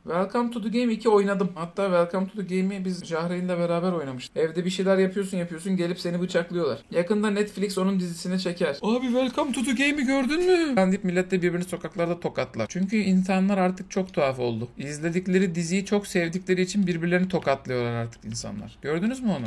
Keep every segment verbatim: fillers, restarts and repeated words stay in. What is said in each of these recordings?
Welcome to the Game iki oynadım. Hatta Welcome to the Game'i biz Jahreyn'le beraber oynamıştık. Evde bir şeyler yapıyorsun yapıyorsun gelip seni bıçaklıyorlar. Yakında Netflix onun dizisini çeker. Abi Welcome to the Game'i gördün mü? Ben deyip millet de birbirini sokaklarda tokatlar. Çünkü insanlar artık çok tuhaf oldu. İzledikleri diziyi çok sevdikleri için birbirlerini tokatlıyorlar artık insanlar. Gördünüz mü onu?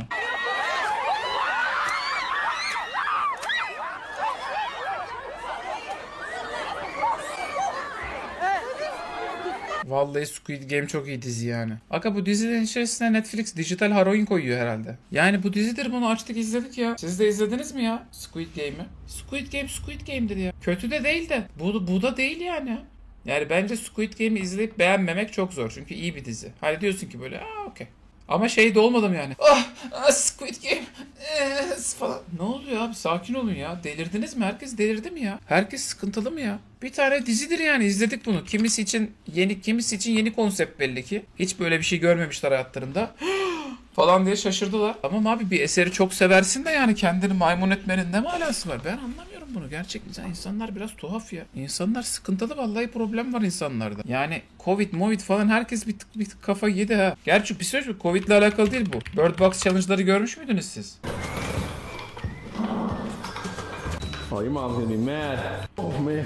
Vallahi Squid Game çok iyi dizi yani. Aga bu dizinin içerisine Netflix dijital heroin koyuyor herhalde. Yani bu dizidir, bunu açtık izledik ya. Siz de izlediniz mi ya Squid Game'i? Squid Game Squid Game'dir ya. Kötü de değil de. Bu, bu da değil yani. Yani bence Squid Game'i izleyip beğenmemek çok zor. Çünkü iyi bir dizi. Hani diyorsun ki böyle aa okey. Ama şey de olmadım yani. Ah, ah Squid Game ee, falan. Ne oluyor abi, sakin olun ya. Delirdiniz mi? Herkes delirdi mi ya? Herkes sıkıntılı mı ya? Bir tane dizidir yani, izledik bunu. Kimisi için yeni kimisi için yeni konsept belli ki. Hiç böyle bir şey görmemişler hayatlarında. Falan diye şaşırdılar. Tamam abi, bir eseri çok seversin de yani kendini maymun etmenin ne manası var? Ben anlamıyorum bunu. Gerçekten insanlar biraz tuhaf ya. İnsanlar sıkıntılı, vallahi problem var insanlarda. Yani Covid, Movid falan herkes bir tık bir tık kafa yedi ha. Gerçi bir şey söyleyeyim, Covid'le alakalı değil bu. Bird Box Challenge'ları görmüş müydünüz siz? Oh, your mom's gonna be mad. Oh man.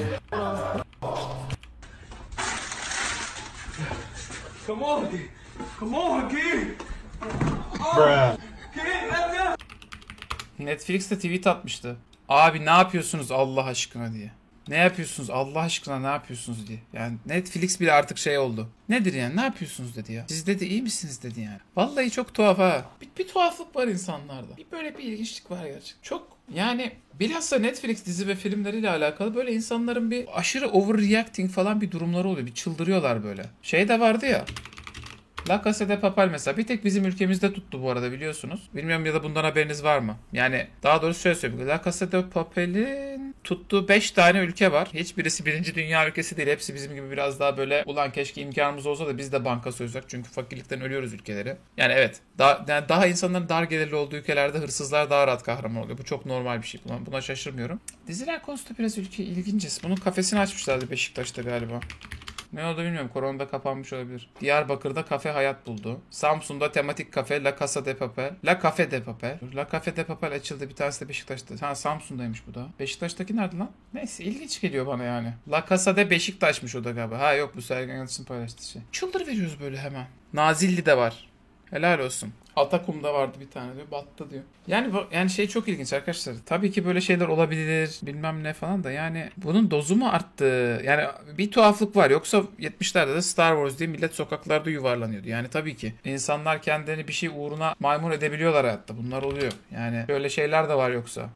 Come on, kid. Come on, kid. Bruh. Kid, let me out. Netflix'te tweet atmıştı. Abi ne yapıyorsunuz Allah aşkına diye. Ne yapıyorsunuz Allah aşkına, ne yapıyorsunuz diye. Yani Netflix bile artık şey oldu. Nedir yani, ne yapıyorsunuz dedi ya. Siz dedi iyi misiniz dedi yani. Vallahi çok tuhaf ha. Bir, bir tuhaflık var insanlarda. Bir böyle bir ilginçlik var gerçekten. Çok yani bilhassa Netflix dizi ve filmleriyle alakalı böyle insanların bir aşırı overreacting falan bir durumları oluyor. Bir çıldırıyorlar böyle. Şey de vardı ya. La Casa de Papel mesela bir tek bizim ülkemizde tuttu bu arada, biliyorsunuz. Bilmiyorum ya da bundan haberiniz var mı? Yani daha doğrusu şöyle söyleyeyim. La Casa de Papel'in tuttuğu beş tane ülke var. Hiçbirisi birinci dünya ülkesi değil. Hepsi bizim gibi biraz daha böyle ulan keşke imkanımız olsa da biz de banka soysak. Çünkü fakirlikten ölüyoruz ülkeleri. Yani evet. Daha, yani daha insanların dar gelirli olduğu ülkelerde hırsızlar daha rahat kahraman oluyor. Bu çok normal bir şey. Buna, buna şaşırmıyorum. Diziler konusunda biraz ülke ilginç. Bunun kafesini açmışlardı Beşiktaş'ta galiba. Ne oldu bilmiyorum. Koronada kapanmış olabilir. Diyarbakır'da kafe hayat buldu. Samsun'da tematik kafe La Casa de Papel. La Cafe de Papel. La Cafe de Papel açıldı. Bir tanesi de Beşiktaş'ta. Ha Samsun'daymış bu da. Beşiktaş'taki nerede lan? Neyse ilginç geliyor bana yani. La Casa de Beşiktaş'mış o da galiba. Ha yok, bu Sergen Yalçın'ın paylaştığı şey. Çıldır veriyoruz böyle hemen. Nazilli'de var. Helal olsun. Atakum'da vardı bir tane diyor. Battı diyor. Yani yani şey çok ilginç arkadaşlar. Tabii ki böyle şeyler olabilir. Bilmem ne falan da yani bunun dozu mu arttı? Yani bir tuhaflık var. Yoksa yetmişlerde de Star Wars diye millet sokaklarda yuvarlanıyordu. Yani tabii ki insanlar kendilerini bir şey uğruna maymun edebiliyorlar hayatta. Bunlar oluyor. Yani böyle şeyler de var yoksa.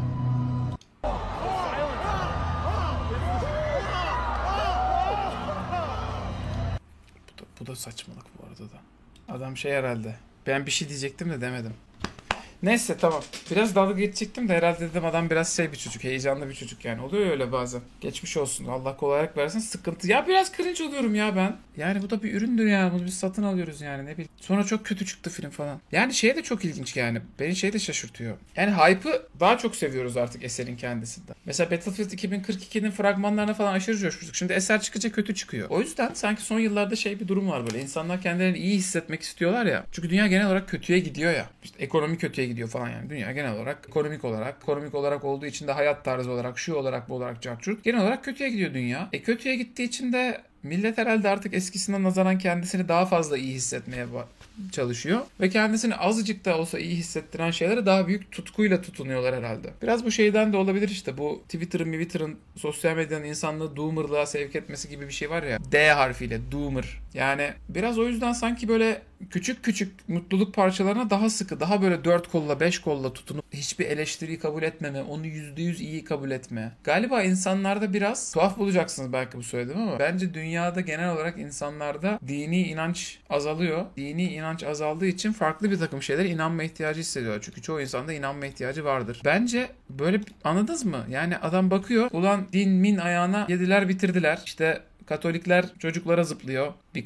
Bu da, bu da saçmalık bu arada da. Adam şey herhalde. Ben bir şey diyecektim de demedim. Neyse tamam. Biraz dalga geçecektim de herhalde dedim adam biraz şey bir çocuk. Heyecanlı bir çocuk yani. Oluyor öyle bazen. Geçmiş olsun. Allah kolaylık versin. Sıkıntı. Ya biraz cringe oluyorum ya ben. Yani bu da bir üründür yani. Bunu biz satın alıyoruz yani. Ne bileyim. Sonra çok kötü çıktı film falan. Yani şey de çok ilginç yani. Beni şey de şaşırtıyor. Yani hype'ı daha çok seviyoruz artık eserin kendisinden. Mesela Battlefield iki bin kırk ikinin fragmanlarına falan aşırı coşmuştuk. Şimdi eser çıkınca kötü çıkıyor. O yüzden sanki son yıllarda şey bir durum var böyle. İnsanlar kendilerini iyi hissetmek istiyorlar ya. Çünkü dünya genel olarak kötüye gidiyor ya. İşte ekonomi kötüye gidiyor falan yani. Dünya genel olarak ekonomik olarak, ekonomik olarak olduğu için de hayat tarzı olarak, şu olarak, bu olarak, carçurt. Genel olarak kötüye gidiyor dünya. E kötüye gittiği için de millet herhalde artık eskisinden nazaran kendisini daha fazla iyi hissetmeye çalışıyor. Ve kendisini azıcık da olsa iyi hissettiren şeylere daha büyük tutkuyla tutunuyorlar herhalde. Biraz bu şeyden de olabilir işte. Bu Twitter'ın, Twitter'ın sosyal medyanın insanlığı doomerlığa sevk etmesi gibi bir şey var ya. D harfiyle doomer. Yani biraz o yüzden sanki böyle küçük küçük mutluluk parçalarına daha sıkı, daha böyle dört kolla, beş kolla tutunup hiçbir eleştiriyi kabul etmeme, onu yüzde yüz iyi kabul etme. Galiba insanlarda biraz tuhaf bulacaksınız belki bu söylediğim ama bence dünyada genel olarak insanlarda dini inanç azalıyor. Dini inanç azaldığı için farklı bir takım şeylere inanma ihtiyacı hissediyorlar. Çünkü çoğu insanda inanma ihtiyacı vardır. Bence böyle, anladınız mı? Yani adam bakıyor, ulan din min ayağına yediler bitirdiler. İşte Katolikler çocuklara zıplıyor bir kısmı.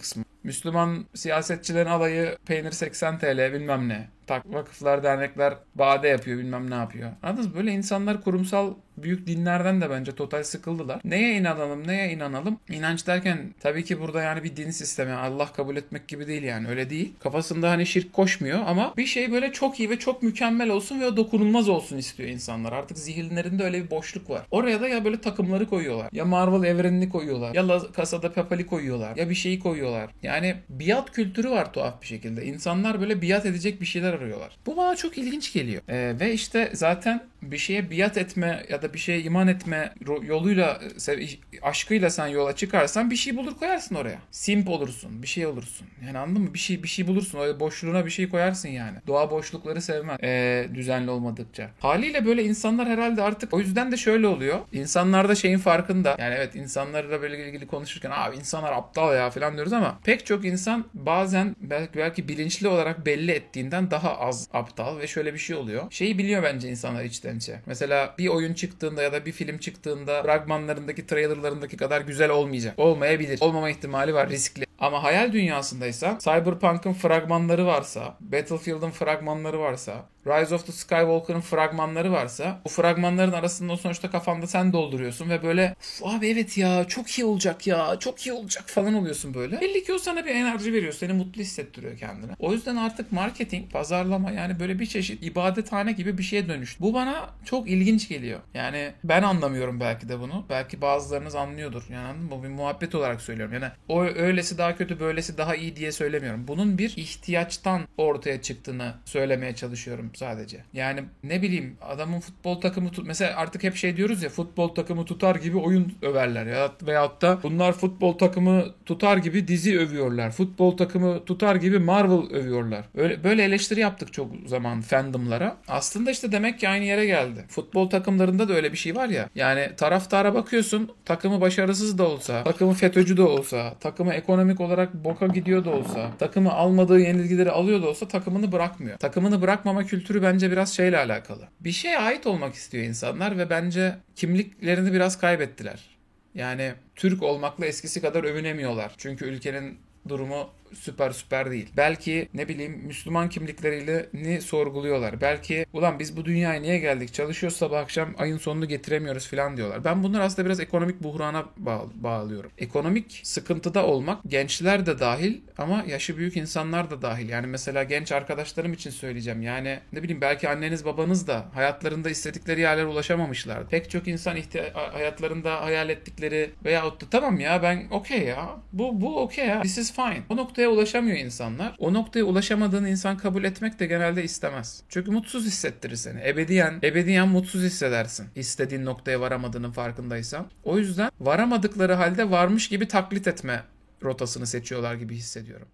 Müslüman siyasetçilerin alayı peynir seksen T L bilmem ne. Tak, vakıflar, dernekler bade yapıyor bilmem ne yapıyor. Anladınız mı? Böyle insanlar kurumsal büyük dinlerden de bence total sıkıldılar. Neye inanalım, neye inanalım? İnanç derken tabii ki burada yani bir din sistemi, Allah kabul etmek gibi değil yani, öyle değil. Kafasında hani şirk koşmuyor ama bir şey böyle çok iyi ve çok mükemmel olsun ve o dokunulmaz olsun istiyor insanlar. Artık zihinlerinde öyle bir boşluk var. Oraya da ya böyle takımları koyuyorlar. Ya Marvel evrenini koyuyorlar. Ya La Casa'da Papel'i koyuyorlar. Ya bir şeyi koyuyorlar. Yani biat kültürü var tuhaf bir şekilde. İnsanlar böyle biat edecek bir şeyler arıyorlar. Bu bana çok ilginç geliyor. Ee, ve işte zaten bir şeye biat etme ya da bir şeye iman etme yoluyla, aşkıyla sen yola çıkarsan bir şey bulur koyarsın oraya. Simp olursun, bir şey olursun. Yani anladın mı? Bir şey bir şey bulursun. O boşluğuna bir şey koyarsın yani. Doğa boşlukları sevmez. Ee, düzenli olmadıkça. Haliyle böyle insanlar herhalde artık, o yüzden de şöyle oluyor. İnsanlar da şeyin farkında. Yani evet, insanlarla böyle ilgili konuşurken abi insanlar aptal ya falan diyoruz ama pek çok insan bazen belki, belki bilinçli olarak belli ettiğinden daha az aptal ve şöyle bir şey oluyor. Şeyi biliyor bence insanlar içten içe. Mesela bir oyun çıktığında ya da bir film çıktığında fragmanlarındaki, trailerlarındaki kadar güzel olmayacak. Olmayabilir. Olmama ihtimali var, riskli. Ama hayal dünyasındaysa, Cyberpunk'ın fragmanları varsa, Battlefield'ın fragmanları varsa, Rise of the Skywalker'ın fragmanları varsa, bu fragmanların arasında sonuçta kafanda sen dolduruyorsun ve böyle abi evet ya çok iyi olacak ya çok iyi olacak falan oluyorsun böyle. Belli ki o sana bir enerji veriyor. Seni mutlu hissettiriyor kendine. O yüzden artık marketing, pazarlama yani böyle bir çeşit ibadethane gibi bir şeye dönüştü. Bu bana çok ilginç geliyor. Yani ben anlamıyorum belki de bunu. Belki bazılarınız anlıyordur. Yani anladın mı? Bu bir muhabbet olarak söylüyorum. Yani o öylesi daha kötü, böylesi daha iyi diye söylemiyorum. Bunun bir ihtiyaçtan ortaya çıktığını söylemeye çalışıyorum sadece. Yani ne bileyim, adamın futbol takımı tut mesela artık hep şey diyoruz ya, futbol takımı tutar gibi oyun överler ya veyahut da bunlar futbol takımı tutar gibi dizi övüyorlar. Futbol takımı tutar gibi Marvel övüyorlar. Öyle böyle eleştiri yaptık çok zaman fandomlara. Aslında işte demek ki aynı yere geldi. Futbol takımlarında da öyle bir şey var ya. Yani taraftara bakıyorsun, takımı başarısız da olsa, takımı FETÖ'cü de olsa, takımı ekonomik olarak boka gidiyor da olsa, takımı almadığı yenilgileri alıyor da olsa takımını bırakmıyor. Takımını bırakmama kültürü bence biraz şeyle alakalı. Bir şeye ait olmak istiyor insanlar ve bence kimliklerini biraz kaybettiler. Yani Türk olmakla eskisi kadar övünemiyorlar. Çünkü ülkenin durumu süper süper değil. Belki ne bileyim Müslüman kimliklerini sorguluyorlar. Belki ulan biz bu dünyaya niye geldik? Çalışıyoruz sabah akşam, ayın sonunu getiremiyoruz falan diyorlar. Ben bunları aslında biraz ekonomik buhrana bağ- bağlıyorum. Ekonomik sıkıntıda olmak, gençler de dahil ama yaşı büyük insanlar da dahil. Yani mesela genç arkadaşlarım için söyleyeceğim. Yani ne bileyim belki anneniz babanız da hayatlarında istedikleri yerlere ulaşamamışlar. Pek çok insan ihti- hayatlarında hayal ettikleri veyahut da tamam ya ben okey ya. Bu bu okey ya. This is fine. O noktaya ulaşamıyor insanlar. O noktaya ulaşamadığını insan kabul etmek de genelde istemez. Çünkü mutsuz hissettirir seni. Ebediyen, ebediyen mutsuz hissedersin. İstediğin noktaya varamadığının farkındaysan. O yüzden varamadıkları halde varmış gibi taklit etme rotasını seçiyorlar gibi hissediyorum.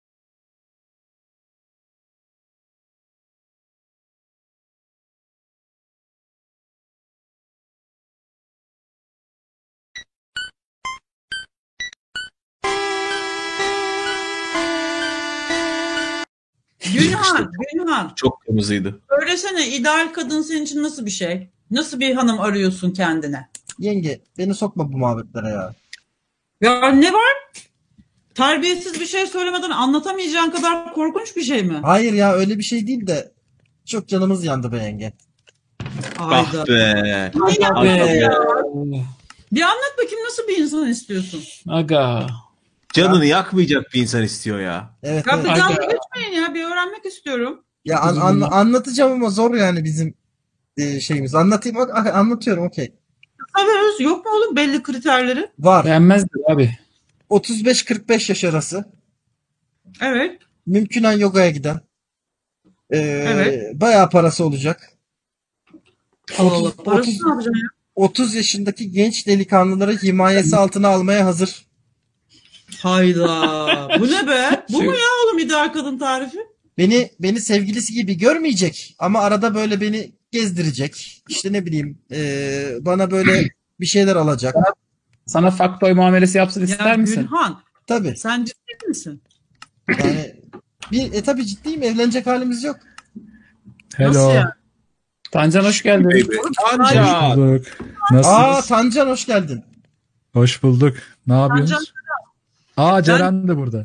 Günhan, Günhan. Çok kırmızıydı. Söylesene, ideal kadın senin için nasıl bir şey? Nasıl bir hanım arıyorsun kendine? Yenge beni sokma bu muhabbetlere ya. Ya ne var? Terbiyesiz bir şey söylemeden anlatamayacağın kadar korkunç bir şey mi? Hayır ya öyle bir şey değil de çok canımız yandı be yenge. Hayda. Ah be. Ay ya. Aga be. Bir anlat bakayım, nasıl bir insan istiyorsun? Aga. Canını yakmayacak bir insan istiyor ya. Evet, Ya evet. bir Aga. dalga geçmeyin ya, bir öğrenmek istiyorum. Ya an- an- anlatacağım ama zor yani bizim e, şeyimiz. Anlatayım a- anlatıyorum okey. Kısa ve öz, yok mu oğlum belli kriterleri? Var. Beğenmezdir abi. otuz beş kırk beş yaş arası. Evet. Mümkünen yogaya giden. E, Evet. Bayağı parası olacak. Allah Allah. otuz, Parası otuz, ne yapacaksın ya? otuz yaşındaki genç delikanlıları himayesi altına almaya hazır. Hayda. Bu ne be? Bu mu ya oğlum ideal kadın tarifi? Beni beni sevgilisi gibi görmeyecek ama arada böyle beni gezdirecek. İşte ne bileyim e, bana böyle bir şeyler alacak. Sana faktoy muamelesi yapsın ister Ya misin? Gülhan, Tabii. sen ciddi misin? Yani bir e tabii ciddiyim, evlenecek halimiz yok. Nasıl yani? Tancan hoş geldin. Anca. bulduk. Aa Nasılsınız? Tancan hoş geldin. Hoş bulduk. Ne yapıyorsunuz? Aa Ceren de burada.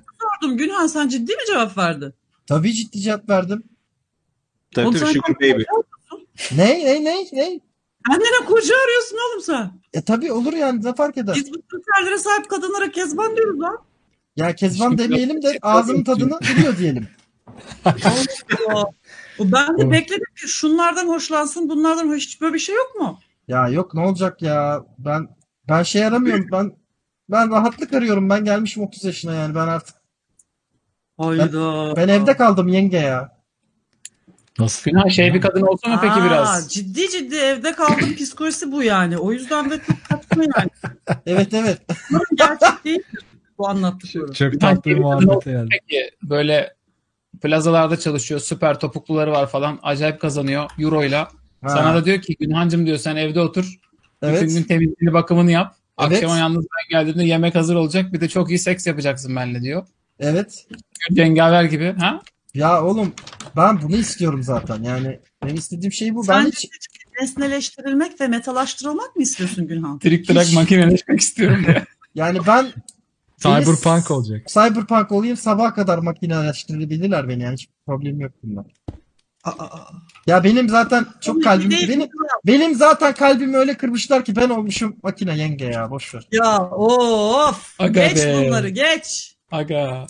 sordum Günhan, sen ciddi mi cevap verdin? Tabii ciddi cevap verdim. Tabii Oğlum tabii sen Sugar Baby. Ne ne ne ne? Kendine koca arıyorsun oğlum sen. E tabii olur yani, ne fark eder? Biz bu kriterlere sahip kadınlara kezban diyoruz lan. Ya Kezban Şimdi demeyelim de biraz- ağzının tadını biliyor diyelim. Allah. O ben de bekledim ki şunlardan hoşlansın, bunlardan hoş. Hiç böyle bir şey yok mu? Ya yok, ne olacak ya? Ben ben şey aramıyorum. Ben ben rahatlık arıyorum. Ben gelmişim otuz yaşına yani. Ben artık Hayda. ben evde kaldım yenge ya. Nasıl? Günah şey bir kadın olsa mı peki Aa, biraz? Ciddi ciddi evde kaldım psikolojisi bu yani. O yüzden de çok tatlı yani. Evet evet. Umarım gerçek değil bu anlattıkları. Çok Günah tatlı şey bir bir kadın olsa muhabbete geldi. peki böyle plazalarda çalışıyor, süper topukluları var falan, acayip kazanıyor euroyla. Ha, Sana da diyor ki Günhancığım diyor, sen evde otur. Bütün gün evet. temizliğini, bakımını yap. Evet. Akşama yalnız ben geldiğimde yemek hazır olacak. Bir de çok iyi seks yapacaksın benimle diyor. Evet. Cengaver gibi. Ha? Ya oğlum, ben bunu istiyorum zaten. Yani benim istediğim şey bu. Ben Sen hiç nesneleştirilmek ve metalaştırılmak mı istiyorsun Günhan? Trik trak Hiç. makineleşmek istiyorum diye. yani ben Cyberpunk olacak. Cyberpunk olayım, sabaha kadar makineleştirebilirler beni yani, hiç problemim yok bundan. Ya benim zaten çok kalbim Değil, benim benim zaten kalbimi öyle kırmışlar ki ben olmuşum makine yenge ya, boş ver. Ya of. Aga Geç be. bunları geç. Aga.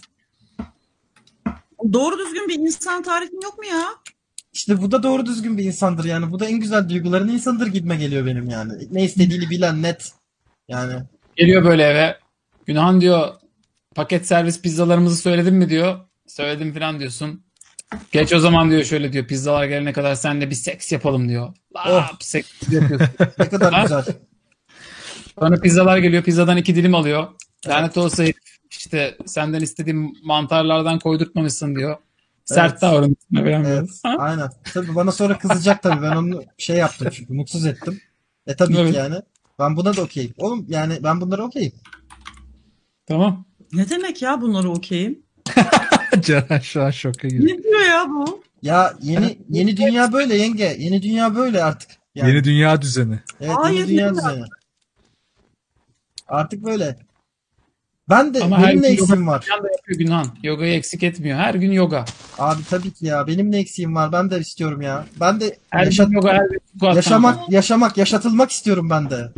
Doğru düzgün bir insan tarifin yok mu ya? İşte bu da doğru düzgün bir insandır yani. Bu da en güzel duyguların insanıdır gibime geliyor benim yani. Ne istediğini bilen, net. Yani Geliyor böyle eve. Günhan diyor, paket servis pizzalarımızı söyledin mi diyor. Söyledim falan diyorsun. Geç o zaman diyor, şöyle diyor. Pizzalar gelene kadar seninle bir seks yapalım diyor. Oh. Lap, seks yapıyorsun. ne kadar güzel. Sonra pizzalar geliyor. Pizzadan iki dilim alıyor. Lanet olsa herif, işte senden istediğim mantarlardan koydurtmamışsın diyor. Sert Evet. davranıyorsun falan böyle. Evet, Ha? aynen. Tabii bana sonra kızacak tabii. Ben onu şey yaptım çünkü mutsuz ettim. E tabii Evet. ki yani. Ben buna da okeyim. Oğlum yani ben bunlara okeyim. Tamam. Ne demek ya bunları okeyim? Ceren şu an şoka girdi. Ne diyor ya bu? Ya yeni yeni dünya böyle yenge. Yeni dünya böyle artık. Yani. Yeni dünya düzeni. Evet, Hayır, yeni dünya ne düzeni. Artık böyle. Ben de Ama her benim gün ne yoga eksiğim var. falan da yapıyor Günhan. Yogayı eksik etmiyor. Her gün yoga. Abi tabii ki ya. Benim ne eksiğim var. Ben de istiyorum ya. Ben de Her yaşa- gün yoga, her gün squat. yaşamak, yaşamak, yaşatılmak istiyorum ben de.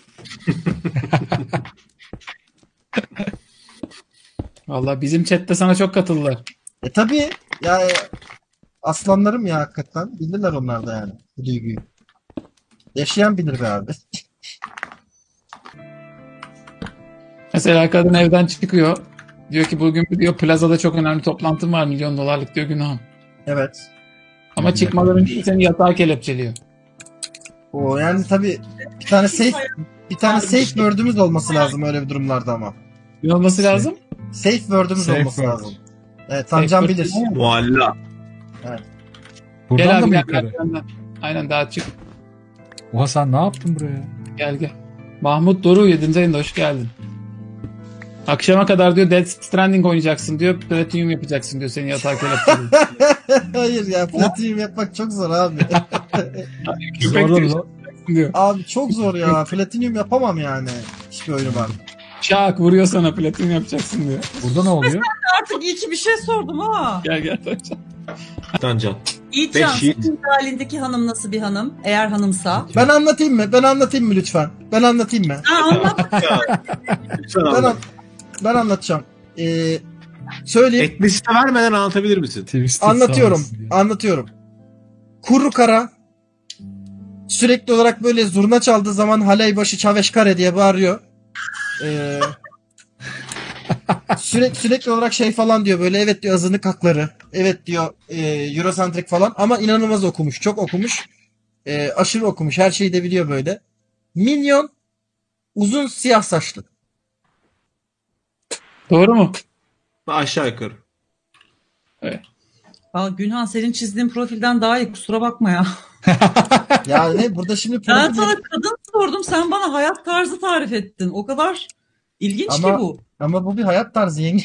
Valla bizim chatte sana çok katıldılar. E tabii ya, e, aslanlarım ya hakikaten. Bilirler onlar da yani bu duyguyu. Yaşayan bilir be abi. Mesela kadın evden çıkıyor. Diyor ki bugün diyor plazada çok önemli toplantım var, milyon dolarlık diyor Günhan. Evet. Ama çıkmadan önce seni yatağa kelepçeliyor. O yani tabii bir tane safe bir tane safe word'ümüz olması lazım öyle bir durumlarda ama. Ne olması lazım? Safe word'ümüz Safe olması word. lazım. Evet, Tancan Safe bilir. word. Mualla. Buradan Gel da abi mı gel, yukarı? merdivenden. Aynen, daha çık. Oha, sen ne yaptın buraya? Gel gel. Mahmut Doru yedinci ayında hoş geldin. Akşama kadar diyor Death Stranding oynayacaksın diyor. Platinum yapacaksın diyor, seni yatağa kelepçeliyor. Hayır ya, platinum yapmak çok zor abi. Köpek Zor diyor, lan. diyor. Abi çok zor ya. Platinum yapamam yani. Hiçbir oyunu var. Şak vuruyor sana, platinum yapacaksın diyor. Burada ne oluyor? Artık iyi ki bir şey sordum ha. Gel gel. Tancan. İyican, Beş yiğit. senin halindeki hanım nasıl bir hanım? Eğer hanımsa. Ben anlatayım mı? Ben anlatayım mı lütfen? Ben anlatayım mı? Ha anlat. Lütfen Ben, anlat. an- ben anlatacağım. Ee, söyleyeyim. Ekmesite vermeden anlatabilir misin? Twisted Anlatıyorum. sağ olsun diye. Anlatıyorum. Kuru kara sürekli olarak böyle zurna çaldığı zaman halay başı çaveşkare diye bağırıyor. Ee, sürekli sürekli olarak şey falan diyor böyle, evet diyor azınlık hakları. Evet diyor e, Eurocentric falan, ama inanılmaz okumuş. Çok okumuş. E, aşırı okumuş. Her şeyi de biliyor böyle. Minyon, uzun siyah saçlı. Doğru mu? Aşağı yukarı. Aa, Günhan, senin çizdiğin profilden daha iyi, kusura bakma ya. Ya ne burada şimdi Ben profil- sana kadın sordum, sen bana hayat tarzı tarif ettin. O kadar ilginç Ama- ki bu. Ama bu bir hayat tarzı yenge.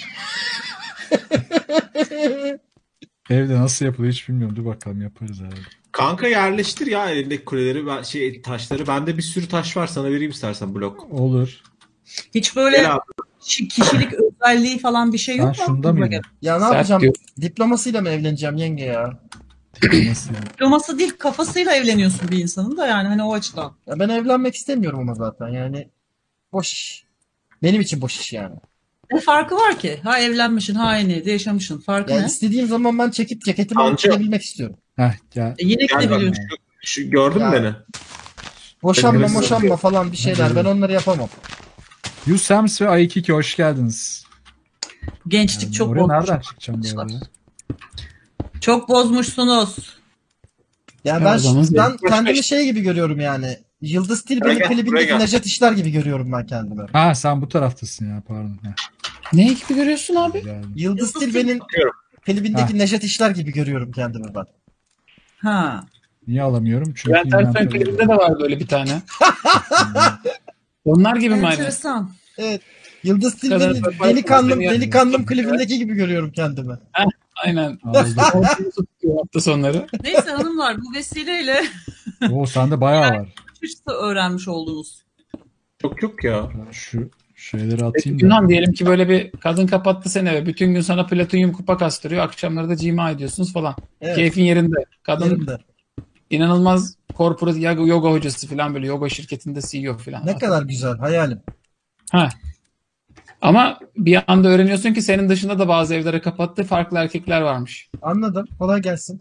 Evde nasıl yapılıyor hiç bilmiyorum. Dur bakalım, yaparız abi. Kanka yerleştir ya elindeki kuleleri, ben, şey taşları. Bende bir sürü taş var, sana vereyim istersen blok. Olur. Hiç böyle Gel abi. kişi- kişilik özel özelliği falan bir şey Ben yok mu? şunda aklınıza mıyım? gelen? Ya ne Sert yapacağım? diyor. Diplomasıyla mı evleneceğim yenge ya? Nasıl yani? Diploması değil, kafasıyla evleniyorsun bir insanın da yani hani o açıdan. Ya ben evlenmek istemiyorum ama zaten yani boş iş. Benim için boş iş yani. Ne farkı var ki? Ha evlenmişsin, ha aynı evde yaşamışsın. Farkı Ya ne? istediğim zaman ben çekip ceketimi alıp Amca. gidebilmek istiyorum. Heh gel. E, yine Gel bak, gidebiliyorsun. şu, şu, gördün mü Ya. beni? Boşanma Benim moşanma falan bir şeyler. Ben onları yapamam. Yusems ve Aikiki hoş geldiniz. Gençlik Yani çok oraya bozmuş. nereden çıkacağım bu arada? Çok bozmuşsunuz. Yani Ya ben o zaman ben zevk. kendimi şey gibi görüyorum yani. Yıldız Buraya Tilbe'nin gel, buraya klibindeki gel. Nejat İşler gibi görüyorum ben kendimi. Ha sen bu taraftasın ya pardon. Heh, Ne gibi görüyorsun abi? geldim. Yıldız Yıldız Tilbe'nin Bakıyorum. klibindeki Ha. Nejat İşler gibi görüyorum kendimi ben. Ha. Niye alamıyorum? Çünkü Bülent Ersoy'un inventörü- klibinde de var böyle bir tane. Onlar gibi mi aynı? Enteresan. Evet. Yıldız kadar Tilbe'nin performans delikanlım yapıyor. delikanlım klibindeki gibi görüyorum kendimi. Aynen. Aldım. Ortaya tutuyor hafta sonları. Neyse hanımlar bu vesileyle Oo sende bayağı var. hiç de öğrenmiş oldunuz. Çok yok ya. Ben şu şeyleri Peki atayım da. Günhan diyelim ki böyle bir kadın kapattı seni eve. Bütün gün sana platinyum kupa kastırıyor. Akşamları da cima ediyorsunuz falan. Evet. Keyfin yerinde. Kadın Yerimde. inanılmaz corporate yoga, yoga hocası falan böyle yoga şirketinde C E O falan. Ne kadar güzel hayalim. Ha. Ama bir anda öğreniyorsun ki senin dışında da bazı evlere kapattı farklı erkekler varmış. Anladım. Kolay gelsin.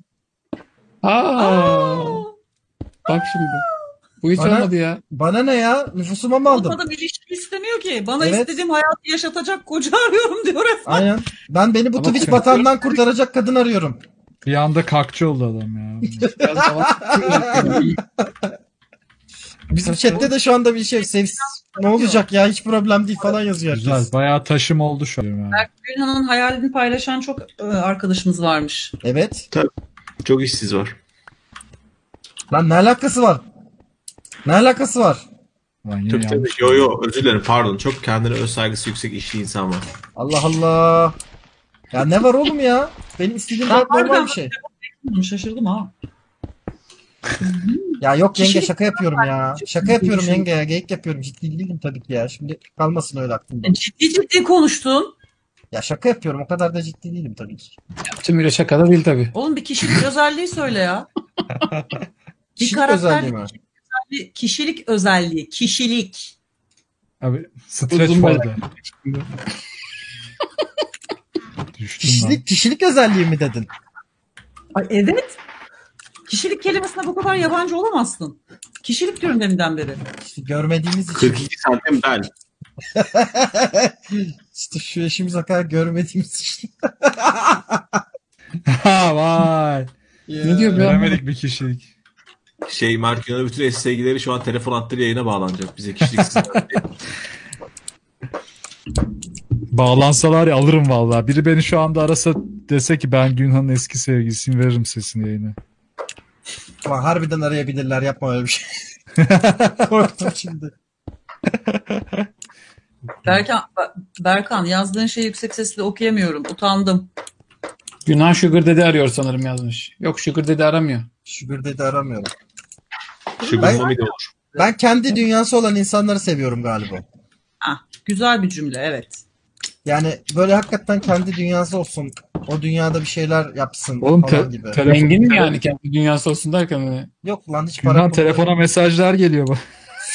Aa. Bak şimdi. Bu hiç Bana- olmadı ya. Bana ne ya? Nüfusuma mı aldım? Adam ilişki istemiyor ki. Bana Evet. istediğim hayatı yaşatacak koca arıyorum diyor resmen. Aynen. Ben beni bu Ama Twitch sen- batağından kurtaracak kadın arıyorum. Bir anda kakçı oldu adam ya. Biraz daha- Bizim chatte de şu anda bir şey sevs ne olacak ya hiç problem değil falan yazıyor Güzel. herkes. Bayağı taşım oldu şu an. Yani. Gülhan'ın hayalini paylaşan çok e, arkadaşımız varmış. Evet. Çok işsiz var. Lan ne alakası var? Ne alakası var? Lan yine Tabii tabii. yanlış. Yo yo özür dilerim pardon. Çok kendine öz saygısı yüksek işli insan var. Allah Allah. Ya ne var oğlum ya? Benim istediğim gayet normal bir şey. Hı, Şaşırdım ha. Ya yok yenge Kişilik- şaka yapıyorum ya. Şaka yapıyorum yenge ya. Geyik yapıyorum. Ciddi değilim tabii ki ya. Şimdi kalmasın öyle aklımda. E, Ciddi ciddi konuştun. Ya şaka yapıyorum. O kadar da ciddi değilim tabii ki. Tümüyle şaka da değil tabii. Oğlum bir kişilik özelliği söyle ya. Bir Kişilik karakter, özelliği bir mi? Bir kişilik özelliği. Kişilik. Abi stretch Uzun vardı. Düştüm lan. Kişilik, kişilik özelliği mi dedin? Ay evet. Kişilik kelimesine bu kadar yabancı olamazsın. Kişilik diyorum deminden beri. İşte görmediğimiz için. kırk iki santim ben. İşte şu eşimiz o kadar görmediğimiz için. Ha vay. Ne diyor be? Göremedik bir kişilik. Şey Mark Yunan'ın bütün eski sevgileri şu an telefon hatları yayına bağlanacak. Bize kişiliksiz. Bağlansalar ya alırım vallahi. Biri beni şu anda arasa dese ki ben Günhan'ın eski sevgilisiyim veririm sesini yayına. Ama harbiden arayabilirler. Yapma öyle bir şey. Korktum şimdi. Berkan, Berkan yazdığın şeyi yüksek sesle okuyamıyorum. Utandım. Günah Sugar Daddy arıyor sanırım yazmış. Yok Sugar Daddy aramıyor. Sugar Daddy aramıyorum. Sugar Ben- Mommy de olur. Ben kendi dünyası olan insanları seviyorum galiba. Ah, güzel bir cümle evet. Yani böyle hakikaten kendi dünyası olsun. O dünyada bir şeyler yapsın Oğlum falan te- gibi. telefon, Zengin mi yani kendi dünyası olsun derken hani. Yok lan hiç para Günhan pulu- telefona mesajlar geliyor bak.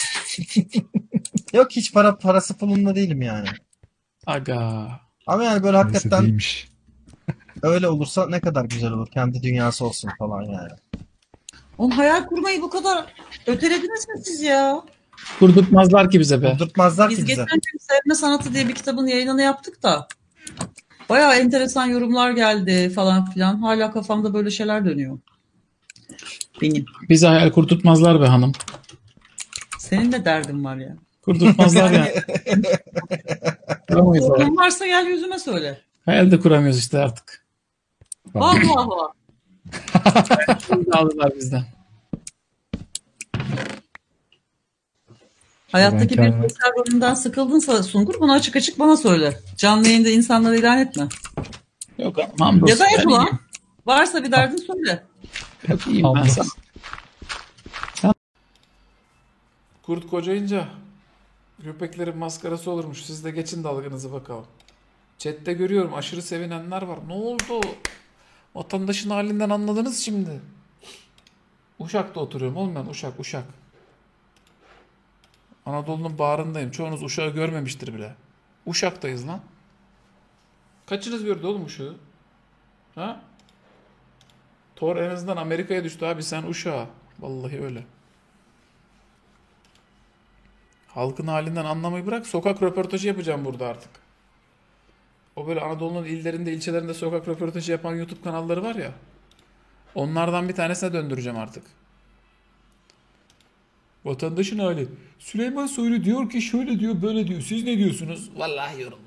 Yok hiç para parası pulunda değilim yani. Aga. Ama yani böyle Neyse hakikaten değilmiş. öyle olursa ne kadar güzel olur. Kendi dünyası olsun falan yani. Onun hayal kurmayı bu kadar ötelediniz mi siz ya? Kurdurtmazlar ki bize be. Kurdurtmazlar Biz ki bize. geçen gün Sevme Sanatı diye bir kitabın yayınını yaptık da bayağı enteresan yorumlar geldi falan filan. Hala kafamda böyle şeyler dönüyor. Benim. Bize hayal kurdurtmazlar be hanım. Senin de derdin var ya. Kurdurtmazlar yani. Kuramayız hayal. Sorun varsa gel yüzüme söyle. Hayal de kuramıyoruz işte artık. Vah vah vah. Şimdi aldılar bizden. Hayattaki Ben bir kendime- sosyal rolünden sıkıldınsa Sungur bunu açık açık bana söyle. Canlı yayında insanlara ilan etme. Yok hamdolsun. Ya da et Ben ulan. iyiyim. Varsa bir derdin söyle. Yok iyiyim ben Hamdolsun. sana. Sen... Kurt kocayınca köpeklerin maskarası olurmuş. Siz de geçin dalgınızı bakalım. Chat'te görüyorum aşırı sevinenler var. Ne oldu? Vatandaşın halinden anladınız şimdi. Uşak'ta oturuyorum oğlum ben. Uşak, Uşak. Anadolu'nun bağrındayım. Çoğunuz Uşak'ı görmemiştir bile. Uşak'tayız lan. Kaçınız gördü oğlum Uşak'ı? Ha? Thor en azından Amerika'ya düştü abi, sen Uşak'a. Vallahi öyle. Halkın halinden anlamayı bırak. Sokak röportajı yapacağım burada artık. O böyle Anadolu'nun illerinde, ilçelerinde sokak röportajı yapan YouTube kanalları var ya. Onlardan bir tanesine döndüreceğim artık. Vatandaşın hali. Süleyman Soylu diyor ki şöyle diyor, böyle diyor. Siz ne diyorsunuz? Vallahi yorulduk.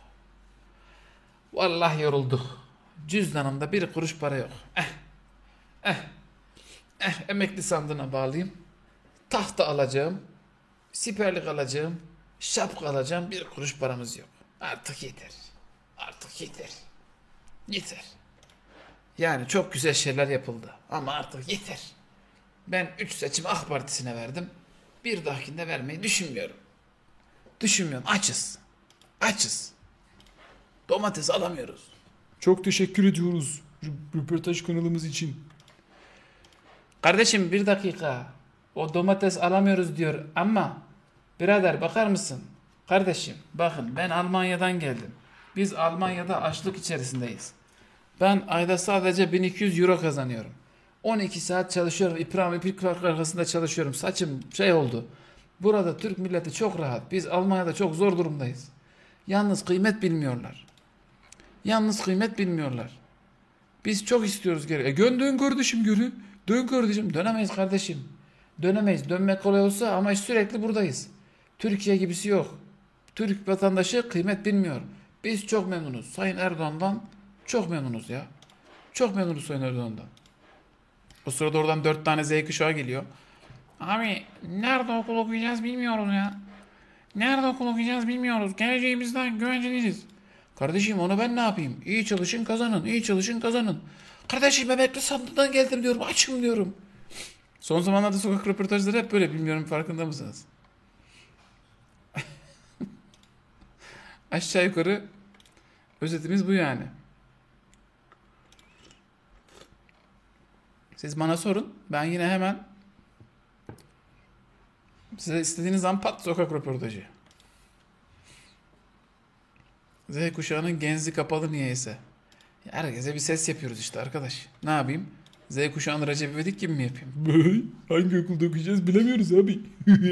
Vallahi yorulduk. Cüzdanımda bir kuruş para yok. Eh. Eh. Eh. Emekli sandığına bağlayayım. Tahta alacağım. Siperlik alacağım. Şapka alacağım. Bir kuruş paramız yok. Artık yeter. Artık yeter. Yeter. Yani çok güzel şeyler yapıldı. Ama artık yeter. Ben üç seçim AK Partisi'ne verdim. Bir dahakinde vermeyi düşünmüyorum. Düşünmüyorum. Açız. Açız. Domates alamıyoruz. Çok teşekkür ediyoruz röportaj kanalımız için. Kardeşim bir dakika. O domates alamıyoruz diyor ama birader bakar mısın? Kardeşim bakın, ben Almanya'dan geldim. Biz Almanya'da açlık içerisindeyiz. Ben ayda sadece bin iki yüz euro kazanıyorum. on iki saat çalışıyorum. İpram iplik arkasında çalışıyorum. Saçım şey oldu. Burada Türk milleti çok rahat. Biz Almanya'da çok zor durumdayız. Yalnız kıymet bilmiyorlar. Yalnız kıymet bilmiyorlar. Biz çok istiyoruz geri. E gön dön kardeşim geri. Dön kardeşim. Dönemeyiz kardeşim. Dönemeyiz. Dönmek kolay olsa ama sürekli buradayız. Türkiye gibisi yok. Türk vatandaşı kıymet bilmiyor. Biz çok memnunuz. Sayın Erdoğan'dan çok memnunuz ya. Çok memnunuz Sayın Erdoğan'dan. O sırada oradan dört tane Z kuşağı geliyor. Abi nerede okul okuyacağız bilmiyoruz ya. Nerede okul okuyacağız bilmiyoruz. Geleceğimizden güvence değiliz. Kardeşim onu ben ne yapayım? İyi çalışın kazanın. İyi çalışın kazanın. Kardeşim emekli sandığından geldim diyorum. Açım diyorum. Son zamanlarda sokak röportajları hep böyle, bilmiyorum farkında mısınız? Aşağı yukarı özetimiz bu yani. Siz bana sorun. Ben yine hemen size istediğiniz zaman pat sokak röportajı. Z kuşağının genzi kapalı niyeyse. Herkese bir ses yapıyoruz işte arkadaş. Ne yapayım? Z kuşağının Recep İvedik gibi mi yapayım? Hangi okulda okuyacağız bilemiyoruz abi.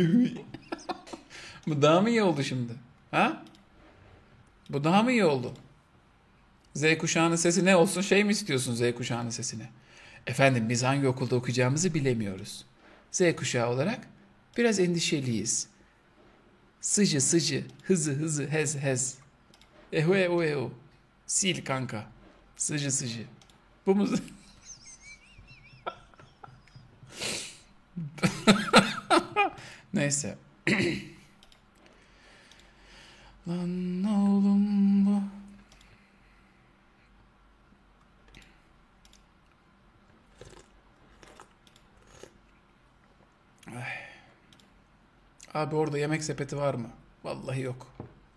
Bu daha mı iyi oldu şimdi? Ha? Bu daha mı iyi oldu? Z kuşağının sesi ne olsun? Şey mi istiyorsun Z kuşağının sesini? Efendim biz hangi okulda okuyacağımızı bilemiyoruz. Z kuşağı olarak biraz endişeliyiz. Sıcı sıcı, hızı hızı, hez hez. Eho eho eho. Sil kanka. Sıcı sıcı. Bu mu? Neyse. Lan oğlum bu. Ay. Abi orada yemek sepeti var mı? Vallahi yok.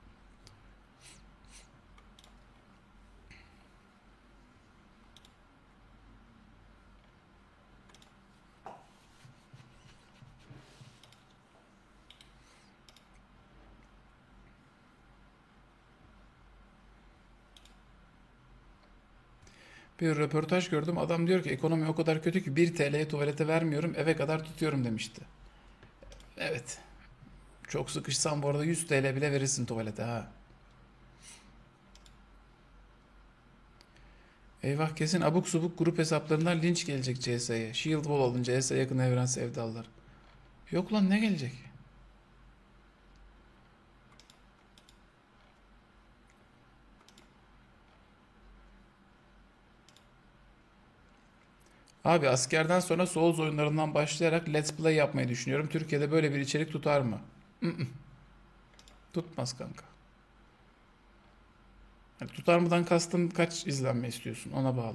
Bir röportaj gördüm. Adam diyor ki ekonomi o kadar kötü ki bir T L'ye tuvalete vermiyorum, eve kadar tutuyorum demişti. Evet. Çok sıkışsan bu arada yüz T L bile verirsin tuvalete ha. Eyvah, kesin abuk subuk grup hesaplarından linç gelecek C S'ye. Shield Wall alınca C S yakın evren sevdalılar. Yok lan, ne gelecek? Abi askerden sonra Souls oyunlarından başlayarak Let's Play yapmayı düşünüyorum. Türkiye'de böyle bir içerik tutar mı? Mm-mm. Tutmaz kanka. Yani tutar mıdan kastın kaç izlenme istiyorsun, ona bağlı.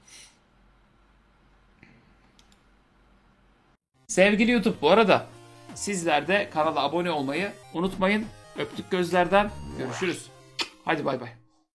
Sevgili YouTube, bu arada Sizler de kanala abone olmayı unutmayın. Öptük gözlerden. Görüşürüz. Hadi bay bay.